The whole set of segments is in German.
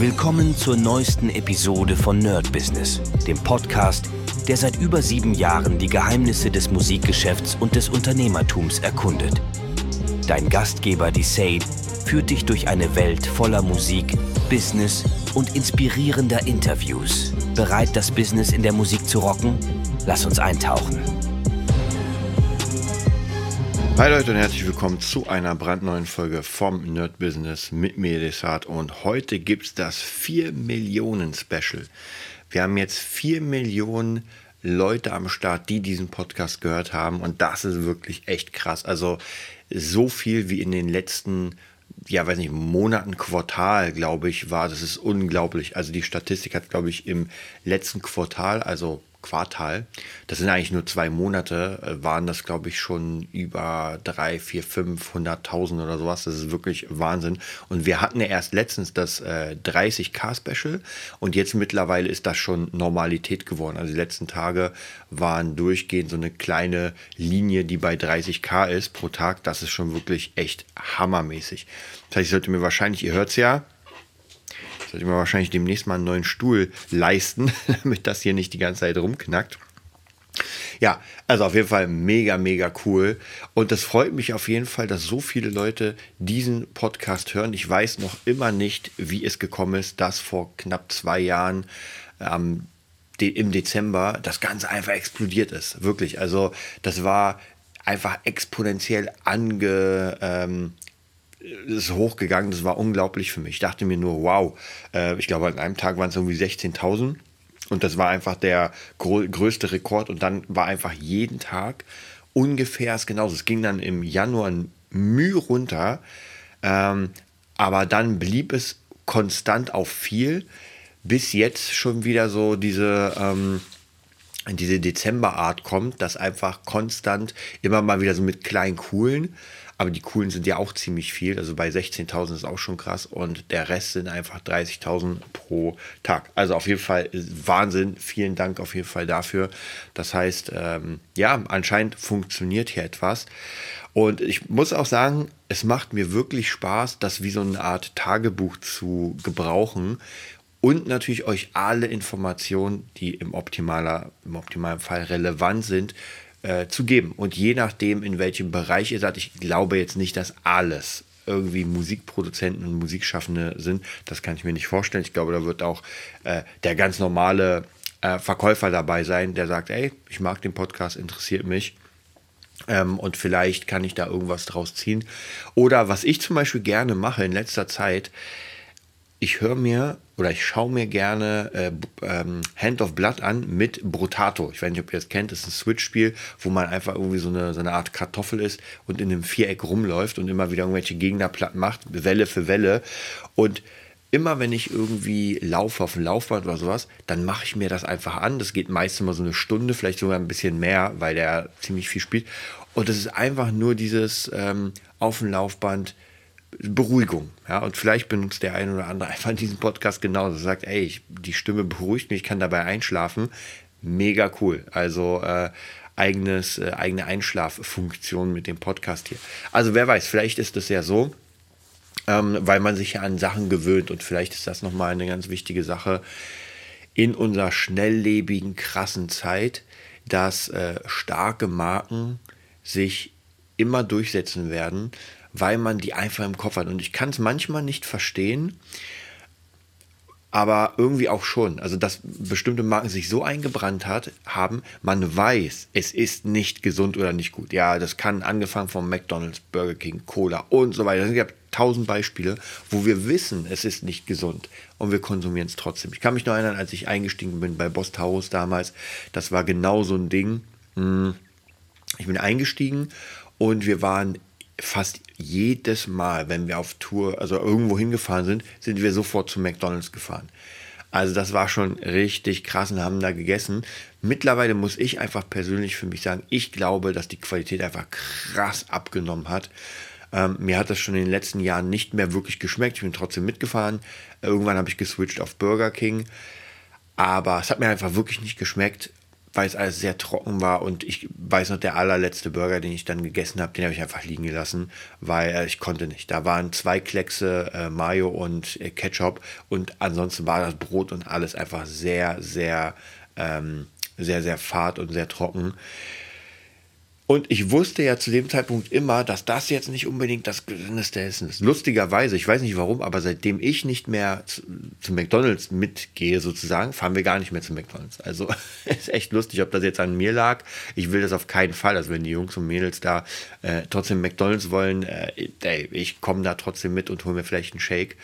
Willkommen zur neuesten Episode von Nerd Business, dem Podcast, der seit über 7 Jahren die Geheimnisse des Musikgeschäfts und des Unternehmertums erkundet. Dein Gastgeber Desaid führt dich durch eine Welt voller Musik, Business und inspirierender Interviews. Bereit, das Business in der Musik zu rocken? Lass uns eintauchen. Hi Leute und herzlich willkommen zu einer brandneuen Folge vom Nerd Business mit mir, Desaid. Und heute gibt es das 4 Millionen Special. Wir haben jetzt 4 Millionen Leute am Start, die diesen Podcast gehört haben. Und das ist wirklich echt krass. Also so viel wie in den letzten, Monaten, Quartal, glaube ich, war. Das ist unglaublich. Also die Statistik hat, glaube ich, im letzten Quartal, das sind eigentlich nur 2 Monate, waren das, glaube ich, schon über 3, 4, 500.000 oder sowas. Das ist wirklich Wahnsinn. Und wir hatten ja erst letztens das 30k Special und jetzt mittlerweile ist das schon Normalität geworden. Also die letzten Tage waren durchgehend so eine kleine Linie, die bei 30k ist pro Tag. Das ist schon wirklich echt hammermäßig. Das heißt, ich sollte mir wahrscheinlich, ihr hört es ja, sollte mir wahrscheinlich demnächst mal einen neuen Stuhl leisten, damit das hier nicht die ganze Zeit rumknackt. Ja, also auf jeden Fall mega, mega cool. Und das freut mich auf jeden Fall, dass so viele Leute diesen Podcast hören. Ich weiß noch immer nicht, wie es gekommen ist, dass vor knapp 2 Jahren im Dezember das Ganze einfach explodiert ist. Wirklich, also das war einfach exponentiell ist hochgegangen, das war unglaublich für mich. Ich dachte mir nur, wow, ich glaube an einem Tag waren es irgendwie 16.000 und das war einfach der größte Rekord und dann war einfach jeden Tag ungefähr genauso. Es ging dann im Januar Mühe runter, aber dann blieb es konstant auf viel, bis jetzt schon wieder so diese Dezemberart kommt, dass einfach konstant immer mal wieder so mit kleinen coolen, aber die coolen sind ja auch ziemlich viel, also bei 16.000 ist auch schon krass und der Rest sind einfach 30.000 pro Tag. Also auf jeden Fall Wahnsinn, vielen Dank auf jeden Fall dafür. Das heißt, anscheinend funktioniert hier etwas und ich muss auch sagen, es macht mir wirklich Spaß, das wie so eine Art Tagebuch zu gebrauchen und natürlich euch alle Informationen, die im optimalen Fall relevant sind, zu geben. Und je nachdem, in welchem Bereich ihr seid, ich glaube jetzt nicht, dass alles irgendwie Musikproduzenten und Musikschaffende sind. Das kann ich mir nicht vorstellen. Ich glaube, da wird auch der ganz normale Verkäufer dabei sein, der sagt, ey, ich mag den Podcast, interessiert mich. Und vielleicht kann ich da irgendwas draus ziehen. Oder was ich zum Beispiel gerne mache in letzter Zeit, ich schaue mir gerne Hand of Blood an mit Brotato. Ich weiß nicht, ob ihr das kennt. Das ist ein Switch-Spiel, wo man einfach irgendwie so eine Art Kartoffel ist und in einem Viereck rumläuft und immer wieder irgendwelche Gegner platt macht, Welle für Welle. Und immer wenn ich irgendwie laufe auf dem Laufband oder sowas, dann mache ich mir das einfach an. Das geht meist immer so eine Stunde, vielleicht sogar ein bisschen mehr, weil der ziemlich viel spielt. Und das ist einfach nur dieses auf dem Laufband Beruhigung, ja, und vielleicht benutzt der eine oder andere einfach diesen Podcast genauso, sagt, ey, die Stimme beruhigt mich, ich kann dabei einschlafen, mega cool, also eigene Einschlaffunktion mit dem Podcast hier. Also wer weiß, vielleicht ist es ja so, weil man sich ja an Sachen gewöhnt und vielleicht ist das nochmal eine ganz wichtige Sache in unserer schnelllebigen, krassen Zeit, dass starke Marken sich immer durchsetzen werden, weil man die einfach im Kopf hat. Und ich kann es manchmal nicht verstehen, aber irgendwie auch schon. Also, dass bestimmte Marken sich so eingebrannt haben, man weiß, es ist nicht gesund oder nicht gut. Ja, das kann angefangen von McDonald's, Burger King, Cola und so weiter. Es gibt 1000 Beispiele, wo wir wissen, es ist nicht gesund und wir konsumieren es trotzdem. Ich kann mich noch erinnern, als ich eingestiegen bin bei Boss Taurus damals, das war genau so ein Ding. Ich bin eingestiegen und wir waren fast jedes Mal, wenn wir auf Tour, also irgendwo hingefahren sind wir sofort zu McDonald's gefahren. Also das war schon richtig krass und haben da gegessen. Mittlerweile muss ich einfach persönlich für mich sagen, ich glaube, dass die Qualität einfach krass abgenommen hat. Mir hat das schon in den letzten Jahren nicht mehr wirklich geschmeckt. Ich bin trotzdem mitgefahren. Irgendwann habe ich geswitcht auf Burger King. Aber es hat mir einfach wirklich nicht geschmeckt. weil es alles sehr trocken war und ich weiß noch, der allerletzte Burger, den ich dann gegessen habe, den habe ich einfach liegen gelassen, weil ich konnte nicht. Da waren 2 Kleckse Mayo und Ketchup und ansonsten war das Brot und alles einfach sehr, sehr, sehr, sehr fad und sehr trocken. Und ich wusste ja zu dem Zeitpunkt immer, dass das jetzt nicht unbedingt das gesündeste Essen ist. Lustigerweise, ich weiß nicht warum, aber seitdem ich nicht mehr zu McDonald's mitgehe sozusagen, fahren wir gar nicht mehr zu McDonald's. Also ist echt lustig, ob das jetzt an mir lag. Ich will das auf keinen Fall. Also wenn die Jungs und Mädels da trotzdem McDonald's wollen, ich komme da trotzdem mit und hole mir vielleicht einen Shake.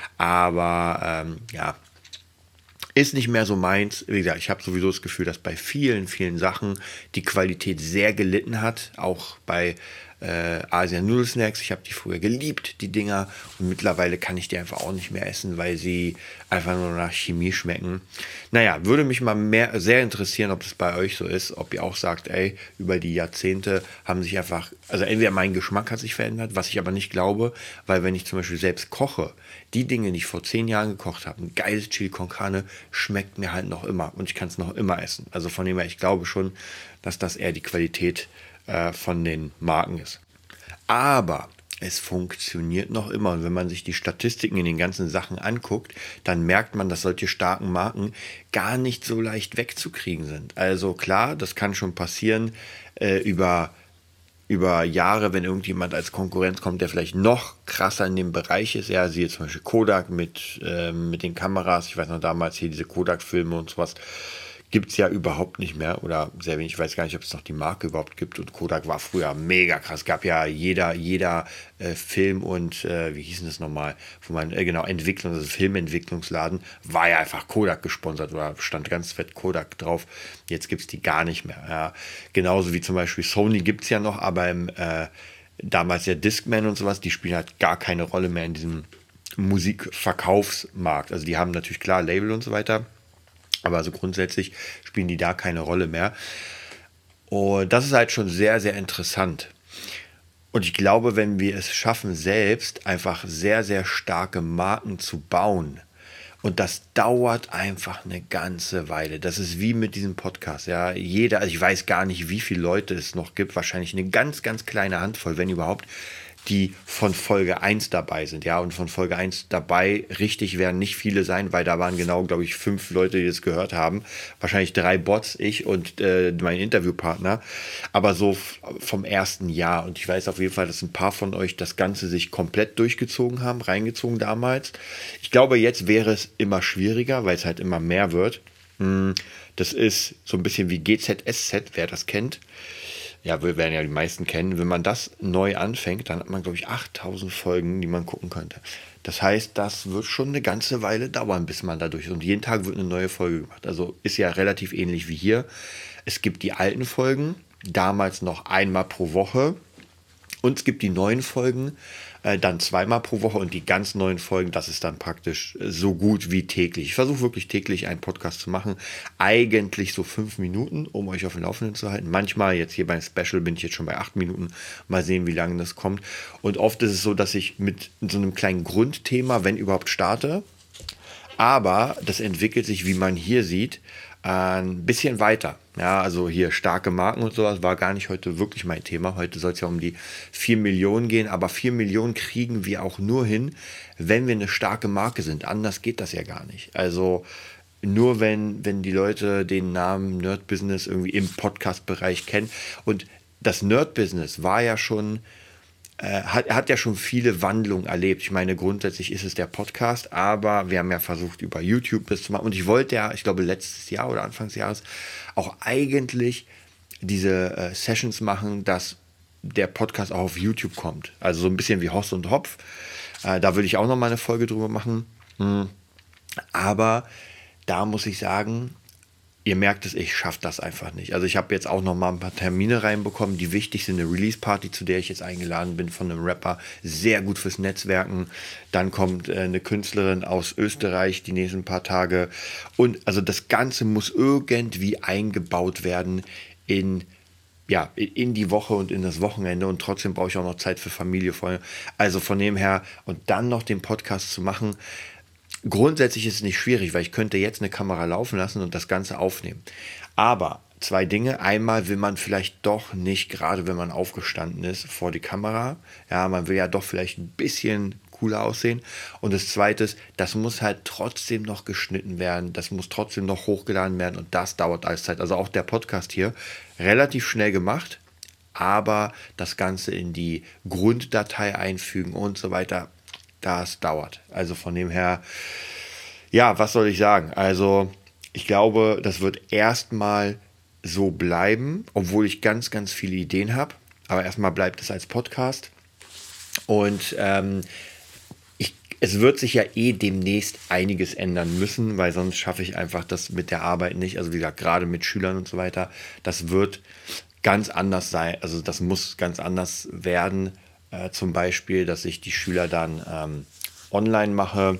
Aber ja, ist nicht mehr so meins. Wie gesagt, ich habe sowieso das Gefühl, dass bei vielen, vielen Sachen die Qualität sehr gelitten hat. Auch bei Asian Noodle Snacks. Ich habe die früher geliebt, die Dinger. Und mittlerweile kann ich die einfach auch nicht mehr essen, weil sie einfach nur nach Chemie schmecken. Naja, würde mich mal sehr interessieren, ob das bei euch so ist. Ob ihr auch sagt, ey, über die Jahrzehnte haben sich einfach, also entweder mein Geschmack hat sich verändert, was ich aber nicht glaube, weil wenn ich zum Beispiel selbst koche, die Dinge, die ich vor 10 Jahren gekocht habe, ein geiles Chili con Carne, schmeckt mir halt noch immer und ich kann es noch immer essen. Also von dem her, ich glaube schon, dass das eher die Qualität von den Marken ist. Aber es funktioniert noch immer. Und wenn man sich die Statistiken in den ganzen Sachen anguckt, dann merkt man, dass solche starken Marken gar nicht so leicht wegzukriegen sind. Also klar, das kann schon passieren über Jahre, wenn irgendjemand als Konkurrenz kommt, der vielleicht noch krasser in dem Bereich ist. Ja, siehe zum Beispiel Kodak mit den Kameras. Ich weiß noch damals hier diese Kodak-Filme und sowas. Gibt es ja überhaupt nicht mehr oder sehr wenig. Ich weiß gar nicht, ob es noch die Marke überhaupt gibt. Und Kodak war früher mega krass. Es gab ja jeder Film und wie hieß das nochmal? Also Filmentwicklungsladen war ja einfach Kodak gesponsert oder stand ganz fett Kodak drauf. Jetzt gibt es die gar nicht mehr. Ja. Genauso wie zum Beispiel Sony gibt es ja noch, aber damals ja Discman und sowas, die spielen halt gar keine Rolle mehr in diesem Musikverkaufsmarkt. Also die haben natürlich klar Label und so weiter. Aber also grundsätzlich spielen die da keine Rolle mehr. Und das ist halt schon sehr, sehr interessant. Und ich glaube, wenn wir es schaffen, selbst einfach sehr, sehr starke Marken zu bauen, und das dauert einfach eine ganze Weile. Das ist wie mit diesem Podcast. Ja, also ich weiß gar nicht, wie viele Leute es noch gibt, wahrscheinlich eine ganz, ganz kleine Handvoll, wenn überhaupt, die von Folge 1 dabei sind. Ja, und von Folge 1 dabei richtig werden nicht viele sein, weil da waren genau, glaube ich, 5 Leute, die das gehört haben. Wahrscheinlich 3 Bots, ich und mein Interviewpartner. Aber so vom ersten Jahr. Und ich weiß auf jeden Fall, dass ein paar von euch das Ganze sich komplett durchgezogen haben, reingezogen damals. Ich glaube, jetzt wäre es immer schwieriger, weil es halt immer mehr wird. Das ist so ein bisschen wie GZSZ, wer das kennt. Ja, wir werden ja die meisten kennen. Wenn man das neu anfängt, dann hat man, glaube ich, 8000 Folgen, die man gucken könnte. Das heißt, das wird schon eine ganze Weile dauern, bis man da durch ist. Und jeden Tag wird eine neue Folge gemacht. Also ist ja relativ ähnlich wie hier. Es gibt die alten Folgen, damals noch einmal pro Woche. Und es gibt die neuen Folgen, dann 2-mal pro Woche. Und die ganz neuen Folgen, das ist dann praktisch so gut wie täglich. Ich versuche wirklich täglich einen Podcast zu machen. Eigentlich so 5 Minuten, um euch auf dem Laufenden zu halten. Manchmal, jetzt hier beim Special, bin ich jetzt schon bei 8 Minuten. Mal sehen, wie lange das kommt. Und oft ist es so, dass ich mit so einem kleinen Grundthema, wenn überhaupt, starte. Aber das entwickelt sich, wie man hier sieht, ein bisschen weiter. Ja, also hier starke Marken und sowas war gar nicht heute wirklich mein Thema. Heute soll es ja um die 4 Millionen gehen, aber 4 Millionen kriegen wir auch nur hin, wenn wir eine starke Marke sind. Anders geht das ja gar nicht. Also nur wenn die Leute den Namen Nerd Business irgendwie im Podcast-Bereich kennen. Und das Nerd Business war ja schon hat ja schon viele Wandlungen erlebt. Ich meine, grundsätzlich ist es der Podcast, aber wir haben ja versucht, über YouTube das zu machen. Und ich wollte ja, ich glaube, letztes Jahr oder Anfang des Jahres auch eigentlich diese Sessions machen, dass der Podcast auch auf YouTube kommt. Also so ein bisschen wie Horst und Hopf. Da würde ich auch noch mal eine Folge drüber machen. Aber da muss ich sagen, ihr merkt es, ich schaffe das einfach nicht. Also ich habe jetzt auch noch mal ein paar Termine reinbekommen, die wichtig sind. Eine Release-Party, zu der ich jetzt eingeladen bin von einem Rapper. Sehr gut fürs Netzwerken. Dann kommt eine Künstlerin aus Österreich die nächsten paar Tage. Und also das Ganze muss irgendwie eingebaut werden in die Woche und in das Wochenende. Und trotzdem brauche ich auch noch Zeit für Familie, Freunde. Also von dem her, und dann noch den Podcast zu machen, grundsätzlich ist es nicht schwierig, weil ich könnte jetzt eine Kamera laufen lassen und das Ganze aufnehmen. Aber 2 Dinge. Einmal will man vielleicht doch nicht, gerade wenn man aufgestanden ist, vor die Kamera. Ja, man will ja doch vielleicht ein bisschen cooler aussehen. Und das Zweite ist, das muss halt trotzdem noch geschnitten werden. Das muss trotzdem noch hochgeladen werden. Und das dauert alles Zeit. Also auch der Podcast hier, relativ schnell gemacht. Aber das Ganze in die Grunddatei einfügen und so weiter, das dauert. Also von dem her, ja, was soll ich sagen? Also ich glaube, das wird erstmal so bleiben, obwohl ich ganz, ganz viele Ideen habe. Aber erstmal bleibt es als Podcast. Und es wird sich ja demnächst einiges ändern müssen, weil sonst schaffe ich einfach das mit der Arbeit nicht. Also wie gesagt, gerade mit Schülern und so weiter, das wird ganz anders sein. Also das muss ganz anders werden. Zum Beispiel, dass ich die Schüler dann online mache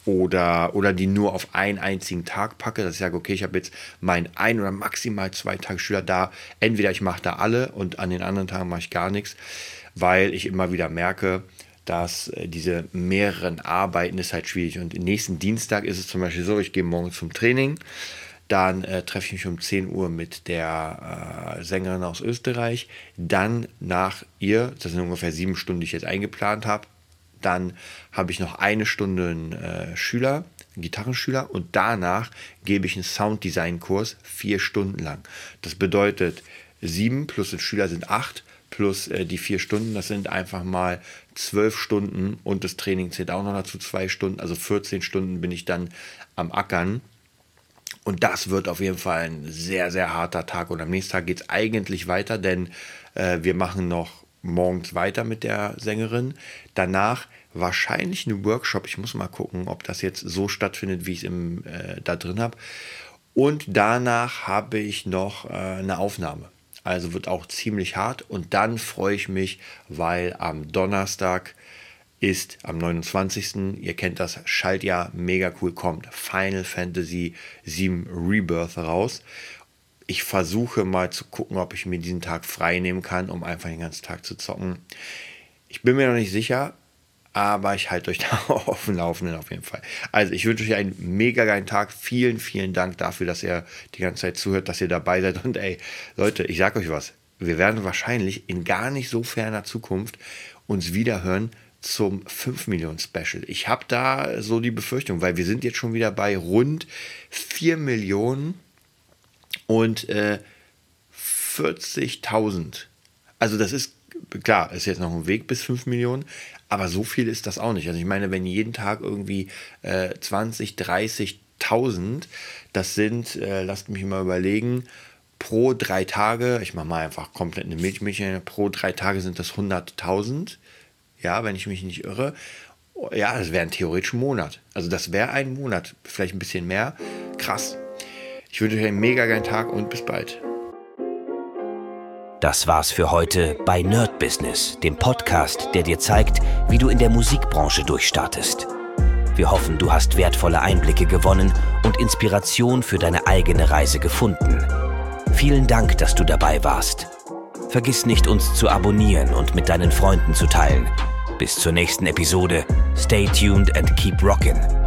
oder die nur auf einen einzigen Tag packe, dass ich sage, okay, ich habe jetzt meinen 1 oder maximal 2 Tage Schüler da. Entweder ich mache da alle und an den anderen Tagen mache ich gar nichts, weil ich immer wieder merke, dass diese mehreren Arbeiten ist halt schwierig. Und nächsten Dienstag ist es zum Beispiel so, ich gehe morgen zum Training, dann treffe ich mich um 10 Uhr mit der Sängerin aus Österreich, dann nach ihr, das sind ungefähr 7 Stunden, die ich jetzt eingeplant habe, dann habe ich noch 1 Stunde einen Schüler, einen Gitarrenschüler, und danach gebe ich einen Sounddesign-Kurs 4 Stunden lang. Das bedeutet 7 plus den Schüler sind 8 plus die 4 Stunden, das sind einfach mal 12 Stunden und das Training zählt auch noch dazu 2 Stunden, also 14 Stunden bin ich dann am Ackern. Und das wird auf jeden Fall ein sehr, sehr harter Tag. Und am nächsten Tag geht es eigentlich weiter, denn wir machen noch morgens weiter mit der Sängerin. Danach wahrscheinlich ein Workshop. Ich muss mal gucken, ob das jetzt so stattfindet, wie ich es da drin habe. Und danach habe ich noch eine Aufnahme. Also wird auch ziemlich hart. Und dann freue ich mich, weil am Donnerstag ist am 29. Ihr kennt das Schaltjahr, mega cool, kommt Final Fantasy VII Rebirth raus. Ich versuche mal zu gucken, ob ich mir diesen Tag frei nehmen kann, um einfach den ganzen Tag zu zocken. Ich bin mir noch nicht sicher, aber ich halte euch da auf dem Laufenden auf jeden Fall. Also ich wünsche euch einen mega geilen Tag. Vielen, vielen Dank dafür, dass ihr die ganze Zeit zuhört, dass ihr dabei seid. Und ey, Leute, ich sag euch was. Wir werden wahrscheinlich in gar nicht so ferner Zukunft uns wieder hören zum 5 Millionen Special. Ich habe da so die Befürchtung, weil wir sind jetzt schon wieder bei rund 4 Millionen und 40.000. Also das ist, klar, ist jetzt noch ein Weg bis 5 Millionen, aber so viel ist das auch nicht. Also ich meine, wenn jeden Tag irgendwie 20, 30.000, das sind, lasst mich mal überlegen, pro 3 Tage, ich mache mal einfach komplett eine Milchmädchen, pro 3 Tage sind das 100.000. Ja, wenn ich mich nicht irre. Ja, das wäre ein theoretischer Monat. Also das wäre ein Monat, vielleicht ein bisschen mehr. Krass. Ich wünsche euch einen mega geilen Tag und bis bald. Das war's für heute bei Nerd Business, dem Podcast, der dir zeigt, wie du in der Musikbranche durchstartest. Wir hoffen, du hast wertvolle Einblicke gewonnen und Inspiration für deine eigene Reise gefunden. Vielen Dank, dass du dabei warst. Vergiss nicht, uns zu abonnieren und mit deinen Freunden zu teilen. Bis zur nächsten Episode. Stay tuned and keep rockin'.